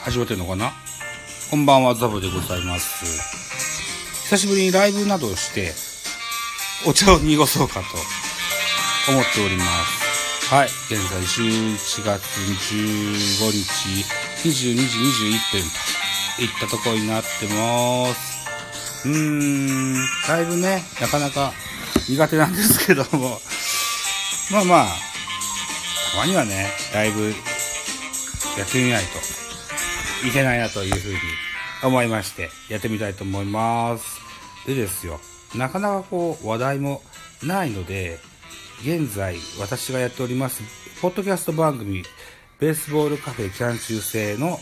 始まってるのかな。こんばんは、ザボでございます。久しぶりにライブなどをしてお茶を濁そうかと思っております。はい、現在11月15日22時21分といったところになってます。ライブね、なかなか苦手なんですけども、まあたまにはね、ライブやってみないといけないなというふうに思いましてやってみたいと思います。でですよ、なかなか話題もないので、現在私がやっておりますポッドキャスト番組ベースボールカフェキャン中制の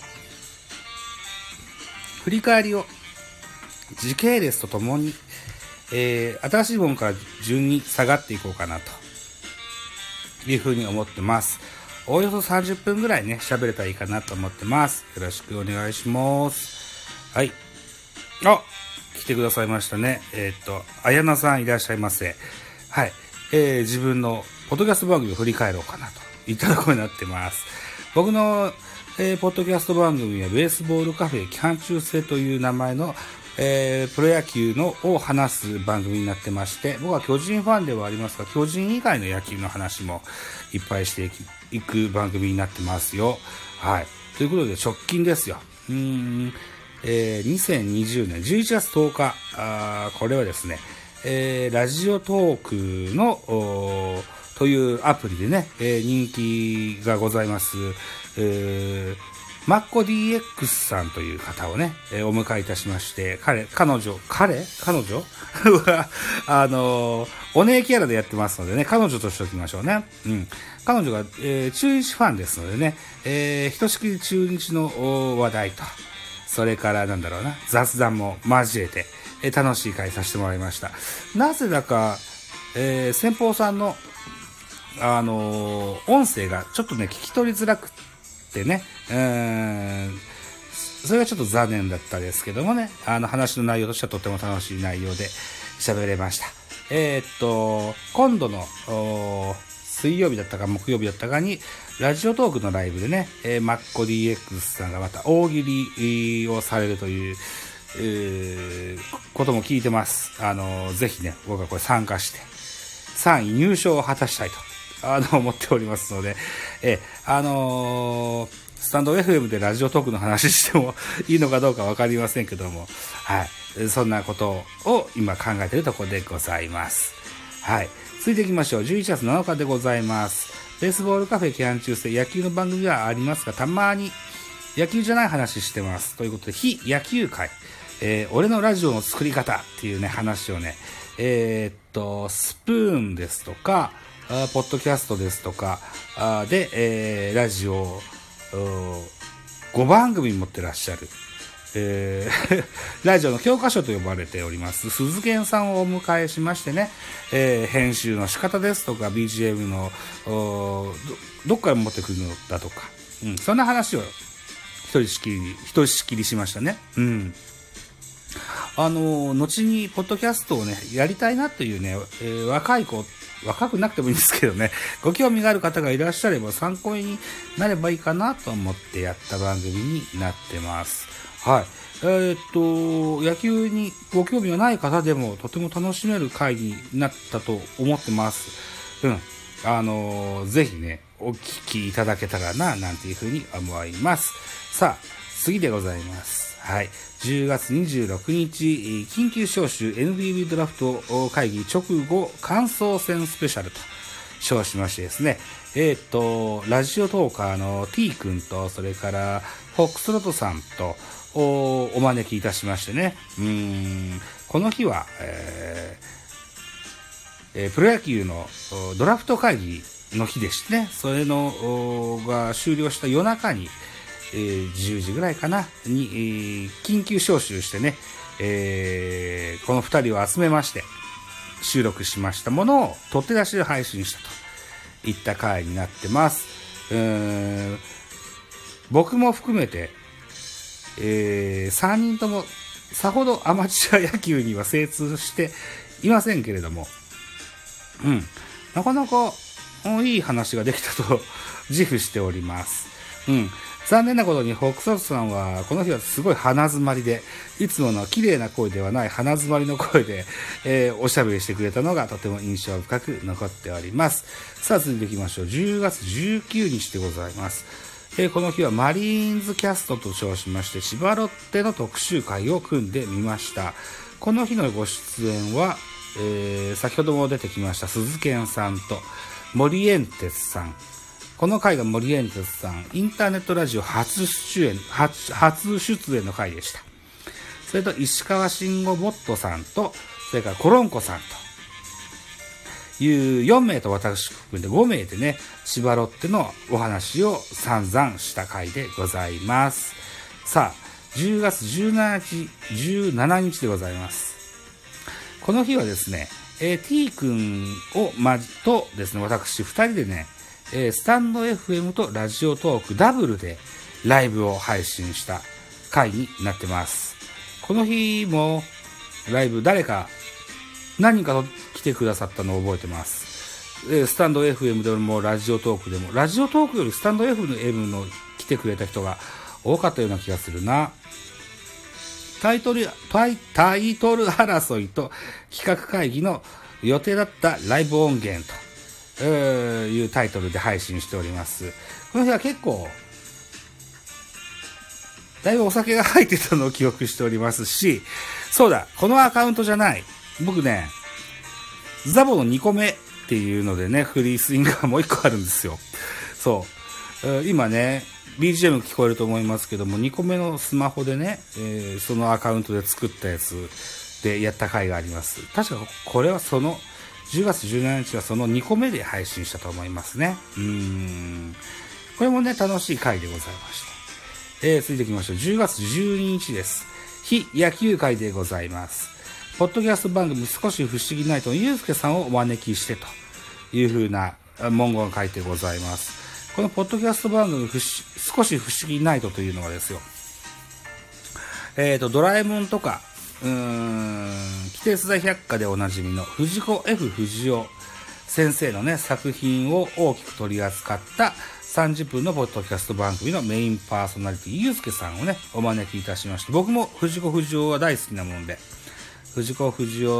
振り返りを時系列とともに、新しいものから順に下がっていこうかなというふうに思ってます。およそ30分ぐらいね喋れたらいいかなと思ってます。よろしくお願いします。はい、来てくださいましたね。綾菜さんいらっしゃいませ。はい、自分のポッドキャスト番組を振り返ろうかなといったところになってます。僕の、ポッドキャスト番組はベースボールカフェキャン中制という名前の、プロ野球を話す番組になってまして、僕は巨人ファンではありますが、巨人以外の野球の話もいっぱいしていく番組になってますよ。はい、ということで直近ですよ。2020年11月10日、これはですね、ラジオトークのというアプリでね、人気がございます、マッコ DX さんという方をね、お迎えいたしまして、彼女はお姉キャラでやってますのでね、彼女としておきましょうね。彼女が、中日ファンですのでね、ひとしきり中日の話題と、それから雑談も交えて、楽しい会させてもらいました。なぜだか、先方さんの音声がちょっとね聞き取りづらくってね、それがちょっと残念だったですけどもね、話の内容としてはとても楽しい内容で喋れました。今度の水曜日だったか木曜日だったかにラジオトークのライブでね、マッコ DX さんがまた大喜利をされるという、ことも聞いてます。ぜひね、僕はこれ参加して3位入賞を果たしたいと思っておりますので、スタンド FM でラジオトークの話してもいいのかどうかわかりませんけども、はい、そんなことを今考えているところでございます。はい、続いていきましょう。11月7日でございます。ベースボールカフェキャン中制、野球の番組はありますが、たまに野球じゃない話してますということで、非野球界、俺のラジオの作り方っていうね話をね、スプーンですとかポッドキャストですとかで、ラジオ5番組持ってらっしゃる、ラジオの教科書と呼ばれております鈴賢さんをお迎えしましてね、編集の仕方ですとか BGM のどっから持ってくるのだとか、そんな話をひとしきりしましたね。後にポッドキャストをねやりたいなというね、若くなくてもいいんですけどね、ご興味がある方がいらっしゃれば参考になればいいかなと思ってやった番組になってます。はい、野球にご興味がない方でもとても楽しめる回になったと思ってます。ぜひねお聞きいただけたらななんていうふうに思います。さあ次でございます。はい、10月26日緊急招集 NPB ドラフト会議直後感想戦スペシャルと称しましてですね、ラジオトーカーの T 君とそれからフォックスロトさんとお招きいたしましてね、この日は、プロ野球のドラフト会議の日でしてね、それのが終了した夜中に10時ぐらいかなに、緊急招集してね、この2人を集めまして収録しましたものを取って出しで配信したといった回になってます。僕も含めて、3人ともさほどアマチュア野球には精通していませんけれども、なかなかいい話ができたと自負しております。 残念なことにフォックソートさんはこの日はすごい鼻詰まりで、いつもの綺麗な声ではない鼻詰まりの声で、おしゃべりしてくれたのがとても印象深く残っております。さあ続いていきましょう。10月19日でございます。この日はマリーンズキャストと称しまして千葉ロッテの特集会を組んでみました。この日のご出演は、先ほども出てきました鈴賢さんとモリエンテスさん。この回がモリエンテスさんインターネットラジオ初出演の回でした。それと石川慎吾ボットさんとそれからコロンコさんという4名と私含んで5名でね、千葉ロッテのお話を散々した回でございます。さあ10月17日でございます。この日はですね、T 君とですね、私2人でね、スタンド FM とラジオトークダブルでライブを配信した回になってます。この日もライブ何人か来てくださったのを覚えてます。スタンド FM でもラジオトークでも、ラジオトークよりスタンド FM の来てくれた人が多かったような気がするな。タイトル争いと企画会議の予定だったライブ音源というタイトルで配信しております。この日は結構だいぶお酒が入ってたのを記憶しておりますし、そうだ、このアカウントじゃない、僕ねザボの2個目っていうのでね、フリースインガーもう1個あるんですよ。そう、今ね BGM 聞こえると思いますけども、2個目のスマホでね、そのアカウントで作ったやつでやった回があります。確かこれはその10月17日はその2個目で配信したと思いますね。これもね楽しい回でございました。続いていきましょう。10月12日です。非野球回でございます。ポッドキャスト番組少し不思議ナイトのゆうすけさんをお招きしてという風な文言を書いてございます。このポッドキャスト番組少し不思議ナイトというのはですよ、ドラえもんとか規定座百科でおなじみの藤子 F 不二雄先生のね作品を大きく取り扱った30分のポッドキャスト番組のメインパーソナリティゆうすけさんをねお招きいたしまして、僕も藤子不二雄は大好きなもんで、藤子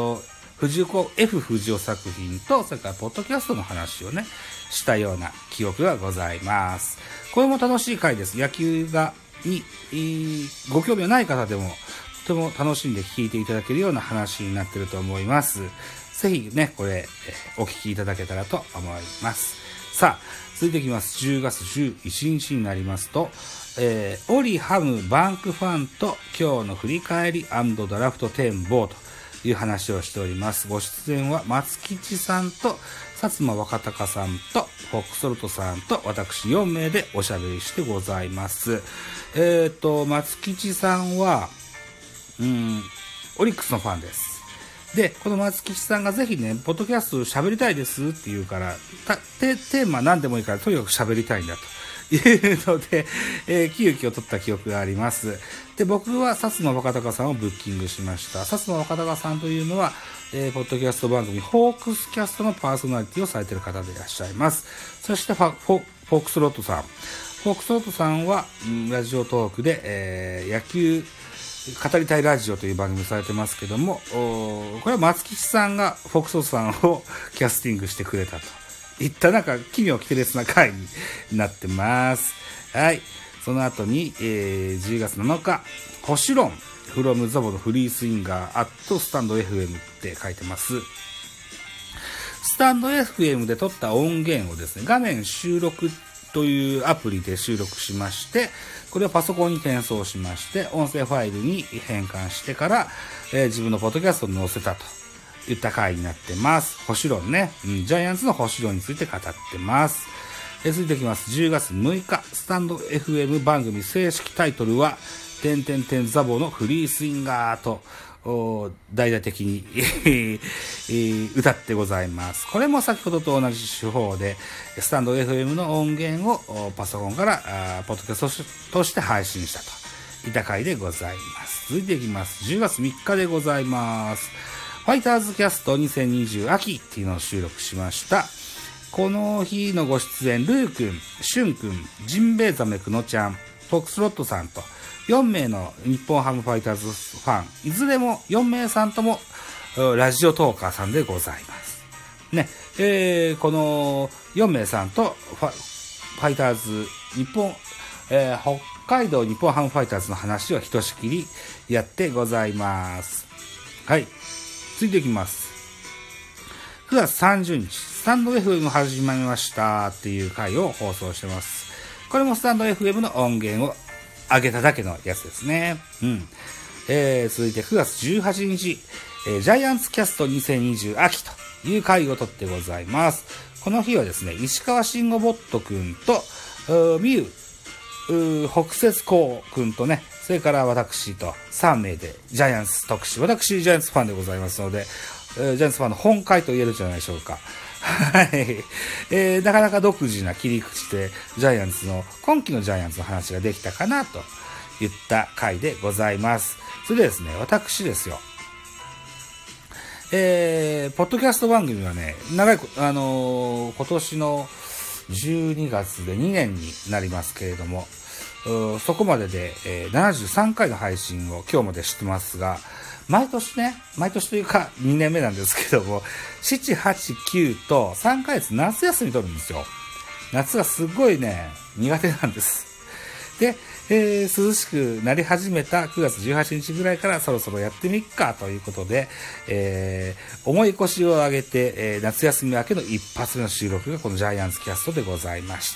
F 不二雄作品とそれからポッドキャストの話をねしたような記憶がございます。これも楽しい回です。野球にご興味がない方でもとても楽しんで聞いていただけるような話になっていると思います。ぜひねこれお聞きいただけたらと思います。さあ続いていきます。10月11日になりますと、オリハムバンクファンと今日の振り返り&ドラフト展望という話をしております。ご出演は松吉さんと薩摩若隆さんとフォックソルトさんと私4名でおしゃべりしてございます。松吉さんはオリックスのファンです。でこの松吉さんがぜひねポッドキャスト喋りたいですって言うからテーマ何でもいいからとにかく喋りたいんだというので、急遽取った記憶があります。で僕は薩摩若隆さんをブッキングしました。薩摩若隆さんというのは、ポッドキャスト番組ホークスキャストのパーソナリティをされている方でいらっしゃいます。そしてフォークスロットさんは、ラジオトークで、野球語りたいラジオという番組をされてますけども、これは松吉さんがフォークスロットさんをキャスティングしてくれたといったなんか奇妙奇天烈な回になってます。はい。その後に、10月7日星論from ザボのフリースインガースタンド FM って書いてます。スタンド FM で撮った音源をですね、画面収録というアプリで収録しまして、これをパソコンに転送しまして音声ファイルに変換してから、自分のポッドキャストに載せたといった回になってます。星論ね、ジャイアンツの星論について語ってます。続いていきます。10月6日スタンド FM 番組正式タイトルはザボのフリースインガーと大々的に歌ってございます。これも先ほどと同じ手法でスタンド FM の音源をパソコンからポッドキャストとして配信したといった回でございます。続いていきます。10月3日でございます。ファイターズキャスト2020秋っていうのを収録しました。この日のご出演ルー君、シュン君、ジンベエザメクノちゃん、 フォークストロットさんと、4名の日本ハムファイターズファン、いずれも4名さんとも、ラジオトーカーさんでございます。ね、この4名さんとファイターズ、日本、北海道日本ハムファイターズの話をひとしきりやってございます。はい。続いていきます。9月30日、スタンド FM 始まりましたっていう回を放送してます。これもスタンド FM の音源を上げただけのやつですね。うん。続いて9月18日、ジャイアンツキャスト2020秋という回をとってございます。この日はですね、石川慎吾ボットくんと、ミュ北節光くんとね、それから私と3名でジャイアンツ特集。私、ジャイアンツファンでございますので、ジャイアンツファンの本会と言えるんじゃないでしょうか。はい。なかなか独自な切り口で、ジャイアンツの、今季のジャイアンツの話ができたかなといった回でございます。それでですね、私ですよ。ポッドキャスト番組はね、長い、今年の12月で2年になりますけれども、そこまでで、73回の配信を今日までしてますが、毎年というか2年目なんですけども、7、8、9と3ヶ月夏休み取るんですよ。夏がすごいね、苦手なんです。で、涼しくなり始めた9月18日ぐらいからそろそろやってみっかということで、重い腰を上げて、夏休み明けの一発目の収録がこのジャイアンツキャストでございました。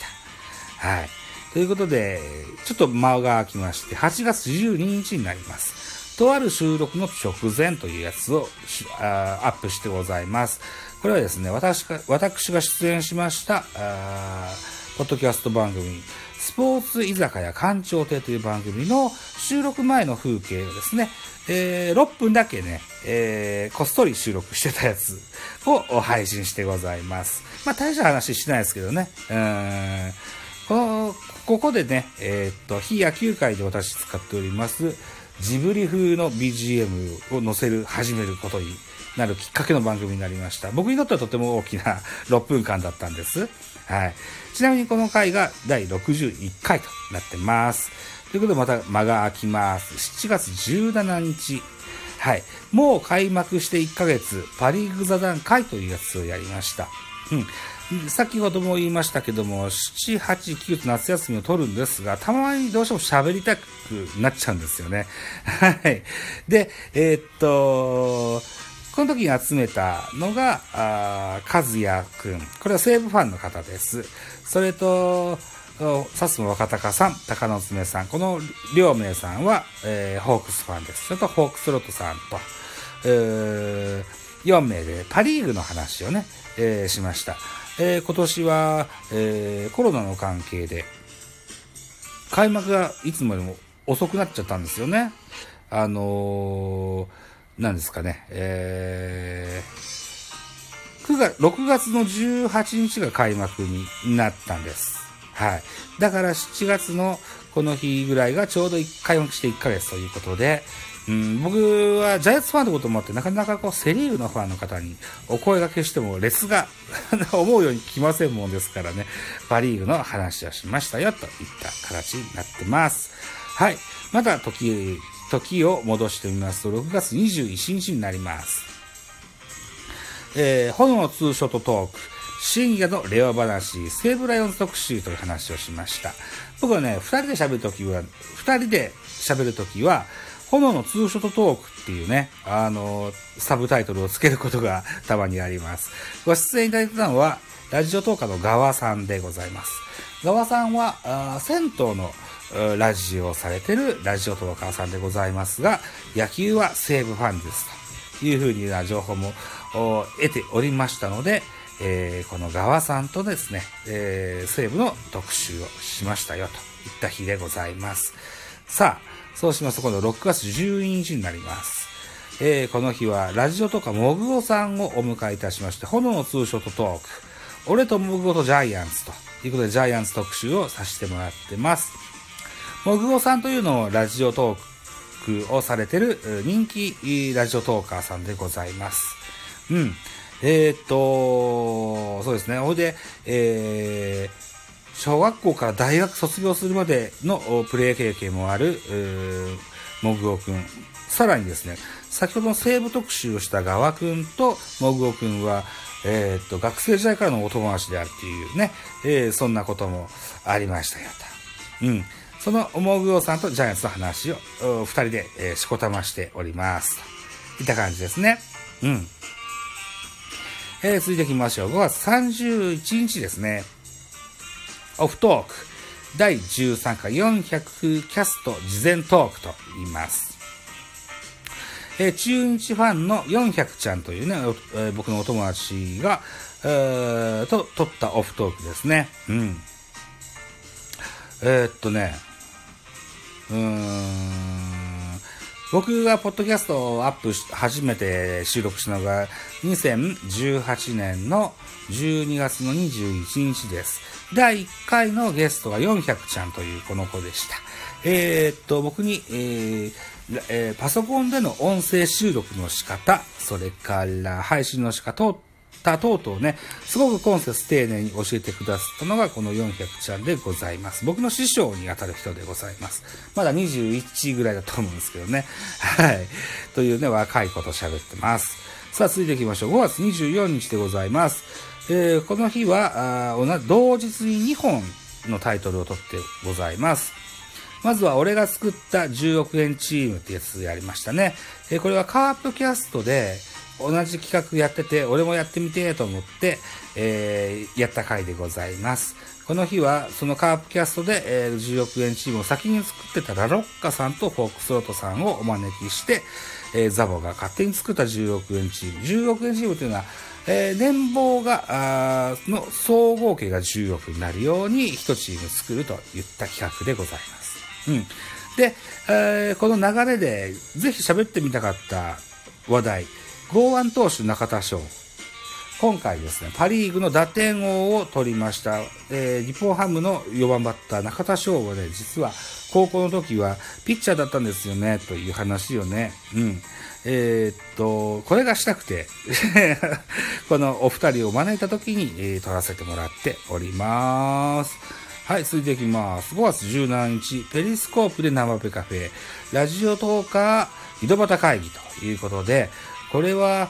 はい。ということで、ちょっと間が空きまして、8月12日になります。とある収録の直前というやつをアップしてございます。これはですね、私が出演しましたポッドキャスト番組、スポーツ居酒屋館長亭という番組の収録前の風景をですね、6分だけね、こっそり収録してたやつを配信してございます。まあ大した話しないですけどね。ここでね、非野球界で私使っております、ジブリ風の BGM を始めることになるきっかけの番組になりました。僕にとってはとても大きな6分間だったんです。はい。ちなみにこの回が第61回となってます。ということでまた間が空きます。7月17日。はい。もう開幕して1ヶ月、パリーグ座談会というやつをやりました。先ほども言いましたけども、7、8、9と夏休みを取るんですが、たまにどうしても喋りたくなっちゃうんですよね。はい。で、この時に集めたのが、和也くん。これは西武ファンの方です。それと、薩摩若隆さん、高野爪さん。この両名さんは、ホークスファンです。それと、ホークスロットさんと、4名でパリーグの話をね、しました。今年は、コロナの関係で開幕がいつもよりも遅くなっちゃったんですよね。何ですかね、6月の18日が開幕になったんです。はい。だから7月のこの日ぐらいがちょうど開幕して1ヶ月ということで、僕はジャイアンツファンってこともあって、なかなかこうセリーグのファンの方にお声掛けしても列が思うように来ませんもんですからね、パリーグの話をしましたよといった形になってます。はい。また時を戻してみますと、6月21日になります。炎のツーショットトーク、深夜のレオ話、西武ライオンズ特集という話をしました。僕はね、2人で喋るときは、炎のツーショットトークっていうね、サブタイトルをつけることがたまにあります。ご出演いただいたのは、ラジオトーカーの側さんでございます。側さんは、銭湯のラジオをされてるラジオトーカーさんでございますが、野球は西武ファンですというふうな情報も得ておりましたので、この側さんとですね、西武の特集をしましたよといった日でございます。さあ、そうしますと今度6月12日になります。この日はラジオとかもぐおさんをお迎えいたしまして、炎のツーショットトーク、俺ともぐおとジャイアンツということでジャイアンツ特集をさせてもらってます。もぐおさんというのをラジオトークをされてる人気ラジオトーカーさんでございます。そうですね。ほいで、 小学校から大学卒業するまでのプレー経験もある、もぐおくん。さらにですね、先ほどの西部特集をしたガワくんともぐおくんは、学生時代からのお友達であるっていうね、そんなこともありましたよと。そのもぐおさんとジャイアンツの話を二人で、しこたましております。といった感じですね。続いていきましょう。5月31日ですね。オフトーク第13回400キャスト事前トークと言います。中日ファンの400ちゃんというね、僕のお友達が、と撮ったオフトークですね。僕がポッドキャストをアップし初めて収録したのが2018年の12月の21日です。第1回のゲストが400ちゃんというこの子でした。僕に、パソコンでの音声収録の仕方、それから配信の仕方等々ね、すごく今節丁寧に教えてくださったのがこの400ちゃんでございます。僕の師匠にあたる人でございます。まだ21ぐらいだと思うんですけどね。はい。というね、若い子と喋ってます。さあ、続いていきましょう。5月24日でございます。この日は同日に2本のタイトルを取ってございます。まずは俺が作った10億円チームってやつやりましたね。これはカープキャストで同じ企画やってて、俺もやってみてと思って、やった回でございます。この日はそのカープキャストで、10億円チームを先に作ってたラロッカさんとフォークスロットさんをお招きして、ザボが勝手に作った10億円チーム。10億円チームというのは、年俸がの総合計が10億になるように1チーム作るといった企画でございます。で、この流れでぜひ喋ってみたかった話題、剛腕投手中田翔。今回ですね、パリーグの打点王を取りました。日本ハムの4番バッター中田翔はね、実は高校の時はピッチャーだったんですよね、という話をね。これがしたくて、このお二人を招いた時に、撮らせてもらっております。はい、続いていきます。5月17日、ペリスコープで生ペカフェ、ラジオトーカー井戸端会議ということで、これは、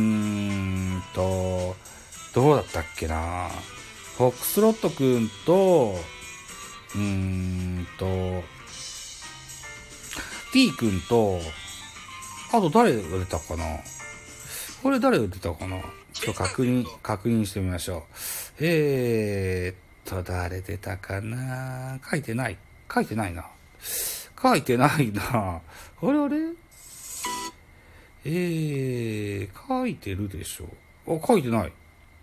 どうだったっけな、フォックスロットくんと、T くんと、あと誰が出たかな、これ誰が出たかな、ちょっと確認してみましょう。誰出たかな、書いてないな。あれ書いてるでしょ。書いてない。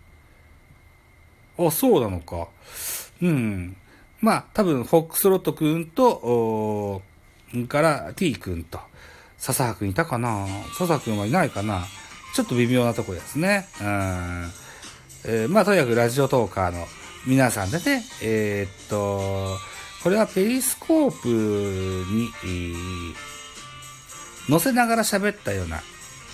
そうなのか。まあ、多分、フォックスロットくんと、から T くんと、笹葉くんいたかな、笹葉くんはいないかな、ちょっと微妙なとこですね。まあ、とにかくラジオトーカーの皆さんでね、これはペリスコープに、載せながら喋ったような、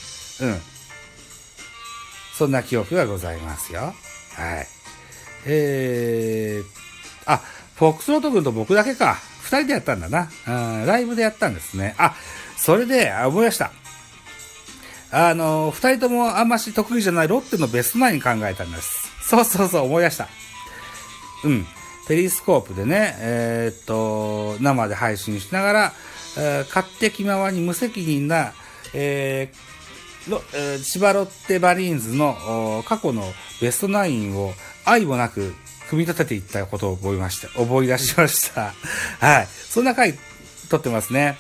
そんな記憶がございますよ。はい。フォックスロット君と僕だけか。二人でやったんだな。ライブでやったんですね。それで、思い出した。二人ともあんまし得意じゃないロッテのベストナイン考えたんです。そう、思い出した。ペリスコープでね、生で配信しながら、勝手気ままに無責任な、千葉ロッテマリーンズの過去のベストナインを愛もなく組み立てていったことを思い出しました。はい。そんな回撮ってますね。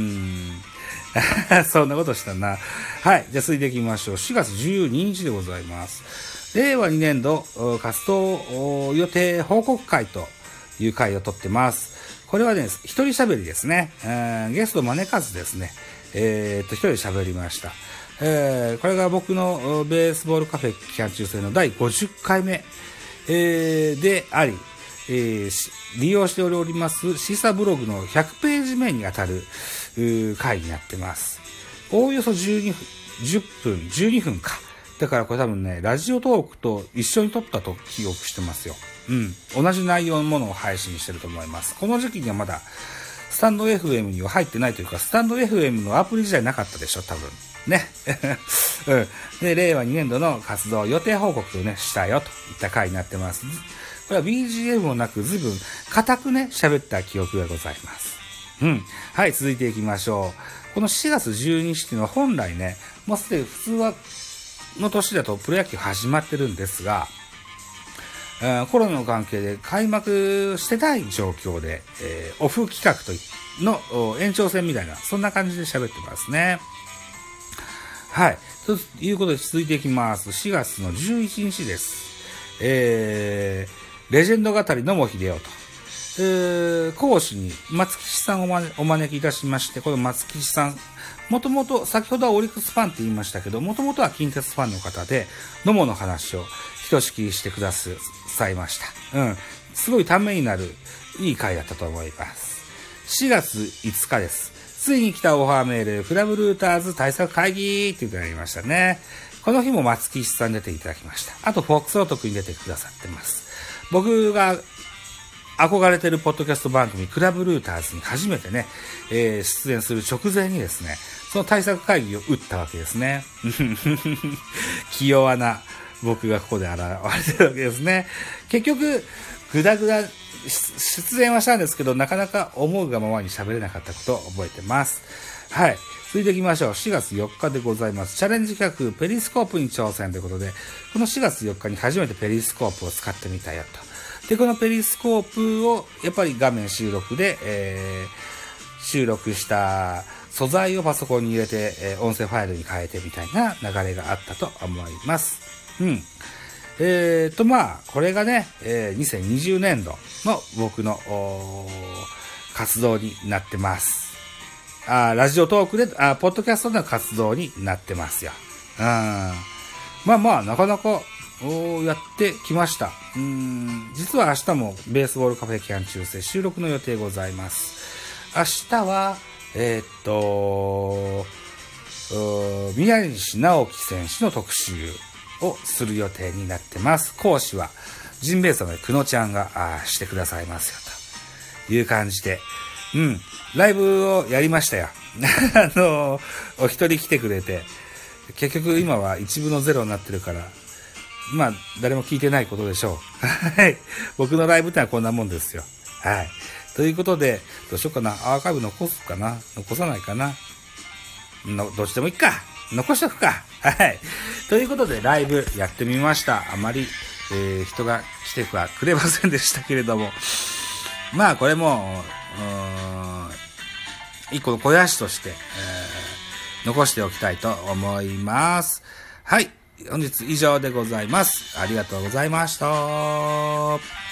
そんなことしたな。はい。じゃあ続いていきましょう。4月12日でございます。令和2年度活動予定報告会という回を撮ってます。これはね、一人喋りですね。ゲスト招かずですね。一人喋りました。これが僕のベースボールカフェ期間中制の第50回目、であり、利用しておりますシーサーブログの100ページ目にあたる回になってます。おおよそ12分か。だからこれ多分ね、ラジオトークと一緒に撮ったと記憶してますよ。 同じ内容のものを配信してると思います。この時期にはまだ、スタンド FM には入ってないというか、スタンド FM のアプリ自体なかったでしょ、多分。ね。で、令和2年度の活動予定報告をね、したよといった回になってます。これは BGM もなく、随分固くね、喋った記憶がございます。はい、続いていきましょう。この4月12日っていうのは本来ね、もうすでに普通は、の年だとプロ野球始まってるんですが、コロナの関係で開幕してない状況で、オフ企画の延長戦みたいな、そんな感じで喋ってますね。はい。ということで続いていきます。4月の11日です。レジェンド語り野茂英雄と、講師に松吉さんをお招きいたしまして、この松吉さん、もともと、先ほどはオリックスファンって言いましたけど、もともとは近鉄ファンの方で、野茂の話をひとしきりしてくださいました。すごいためになる、いい回だったと思います。4月5日です。ついに来たオファーメール、クラブルーターズ対策会議っていうのがありましたね。この日も松吉さん出ていただきました。あと、フォックスロート君に出てくださってます。僕が憧れてるポッドキャスト番組、クラブルーターズに初めてね、出演する直前にですね、その対策会議を打ったわけですね。気弱な僕がここで現れてるわけですね。結局、ぐだぐだ、出演はしたんですけど、なかなか思うがままに喋れなかったことを覚えてます。はい。続いていきましょう。4月4日でございます。チャレンジ企画、ペリスコープに挑戦ということで、この4月4日に初めてペリスコープを使ってみたよと。で、このペリスコープを、やっぱり画面収録で、収録した素材をパソコンに入れて、音声ファイルに変えてみたいな流れがあったと思います。これがね、2020年度の僕の活動になってます。ラジオトークで、ポッドキャストでの活動になってますよ。なかなか、やってきました。実は明日もベースボールカフェキャン中世収録の予定ございます。明日は、宮西直樹選手の特集をする予定になってます。講師は、ジンベエザメくのちゃんがしてくださいますよ、という感じで。ライブをやりましたよ。お一人来てくれて、結局今は一部のゼロになってるから、誰も聞いてないことでしょう。はい。僕のライブってのはこんなもんですよ。はい。ということで、どうしようかな。アーカイブ残すかな残さないかなどっちでもいいか。残しとくか。はい。ということで、ライブやってみました。あまり、人が来てはくれませんでしたけれども。これも、一個の肥やしとして、残しておきたいと思います。はい。本日以上でございます。ありがとうございました。